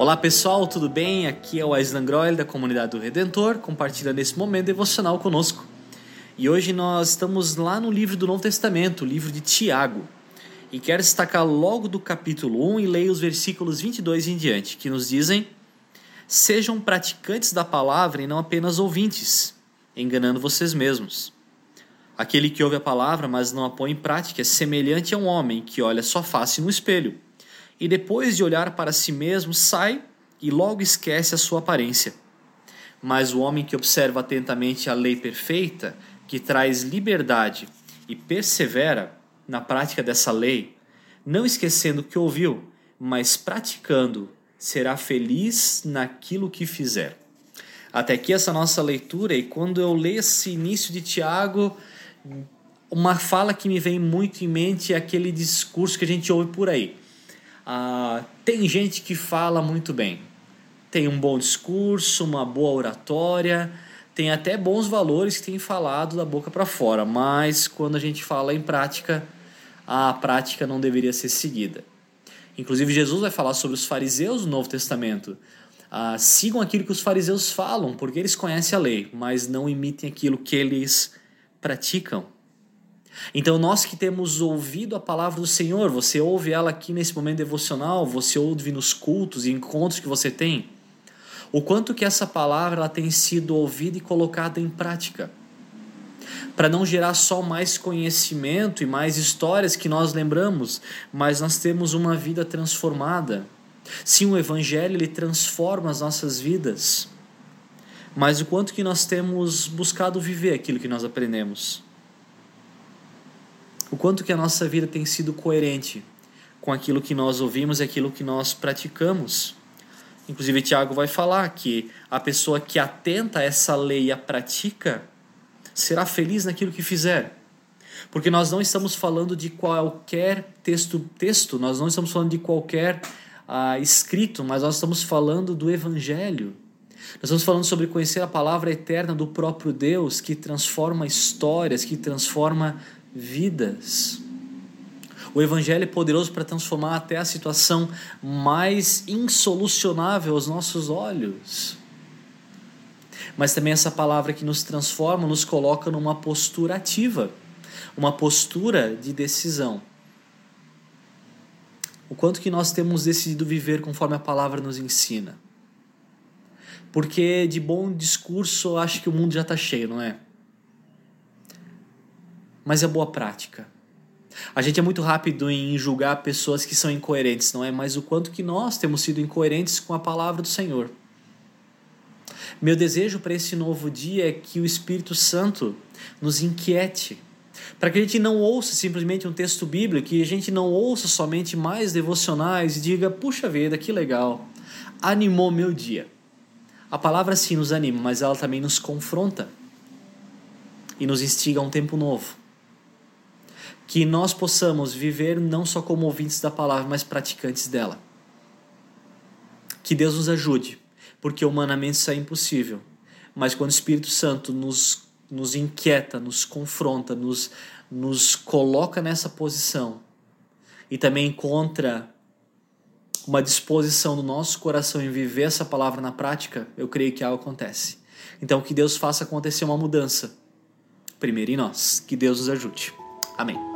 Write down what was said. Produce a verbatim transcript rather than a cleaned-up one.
Olá pessoal, tudo bem? Aqui é o Aislan Groel da Comunidade do Redentor, compartilhando esse momento devocional conosco. E hoje nós estamos lá no livro do Novo Testamento, o livro de Tiago. E quero destacar logo do capítulo um e leio os versículos vinte e dois em diante, que nos dizem: sejam praticantes da palavra e não apenas ouvintes, enganando vocês mesmos. Aquele que ouve a palavra, mas não a põe em prática, é semelhante a um homem que olha sua face no espelho e depois de olhar para si mesmo, sai e logo esquece a sua aparência. Mas o homem que observa atentamente a lei perfeita, que traz liberdade e persevera na prática dessa lei, não esquecendo o que ouviu, mas praticando, será feliz naquilo que fizer. Até aqui essa nossa leitura, e quando eu leio esse início de Tiago, uma fala que me vem muito em mente é aquele discurso que a gente ouve por aí. Ah, tem gente que fala muito bem, tem um bom discurso, uma boa oratória, tem até bons valores que tem falado da boca para fora, mas quando a gente fala em prática, a prática não deveria ser seguida. Inclusive Jesus vai falar sobre os fariseus do Novo Testamento. Ah, sigam aquilo que os fariseus falam, porque eles conhecem a lei, mas não imitem aquilo que eles praticam. Então nós que temos ouvido a palavra do Senhor, você ouve ela aqui nesse momento devocional, você ouve nos cultos e encontros que você tem, o quanto que essa palavra ela tem sido ouvida e colocada em prática, para não gerar só mais conhecimento e mais histórias que nós lembramos, mas nós temos uma vida transformada. Sim, o Evangelho ele transforma as nossas vidas, mas o quanto que nós temos buscado viver aquilo que nós aprendemos. O quanto que a nossa vida tem sido coerente com aquilo que nós ouvimos e aquilo que nós praticamos. Inclusive, Tiago vai falar que a pessoa que atenta a essa lei e a pratica será feliz naquilo que fizer. Porque nós não estamos falando de qualquer texto, texto nós não estamos falando de qualquer ah, escrito, mas nós estamos falando do Evangelho. Nós estamos falando sobre conhecer a palavra eterna do próprio Deus, que transforma histórias, que transforma vidas. O Evangelho é poderoso para transformar até a situação mais insolucionável aos nossos olhos. Mas também essa palavra que nos transforma, nos coloca numa postura ativa, uma postura de decisão. O quanto que nós temos decidido viver conforme a palavra nos ensina. Porque de bom discurso eu acho que o mundo já está cheio, não é? Mas é boa prática. A gente é muito rápido em julgar pessoas que são incoerentes, não é? Mas o quanto que nós temos sido incoerentes com a palavra do Senhor. Meu desejo para esse novo dia é que o Espírito Santo nos inquiete, para que a gente não ouça simplesmente um texto bíblico, que a gente não ouça somente mais devocionais e diga, puxa vida, que legal, animou meu dia. A palavra sim nos anima, mas ela também nos confronta e nos instiga a um tempo novo. Que nós possamos viver não só como ouvintes da palavra, mas praticantes dela. Que Deus nos ajude, porque humanamente isso é impossível. Mas quando o Espírito Santo nos, nos inquieta, nos confronta, nos, nos coloca nessa posição e também encontra uma disposição do nosso coração em viver essa palavra na prática, eu creio que algo acontece. Então que Deus faça acontecer uma mudança, primeiro em nós. Que Deus nos ajude. Amém.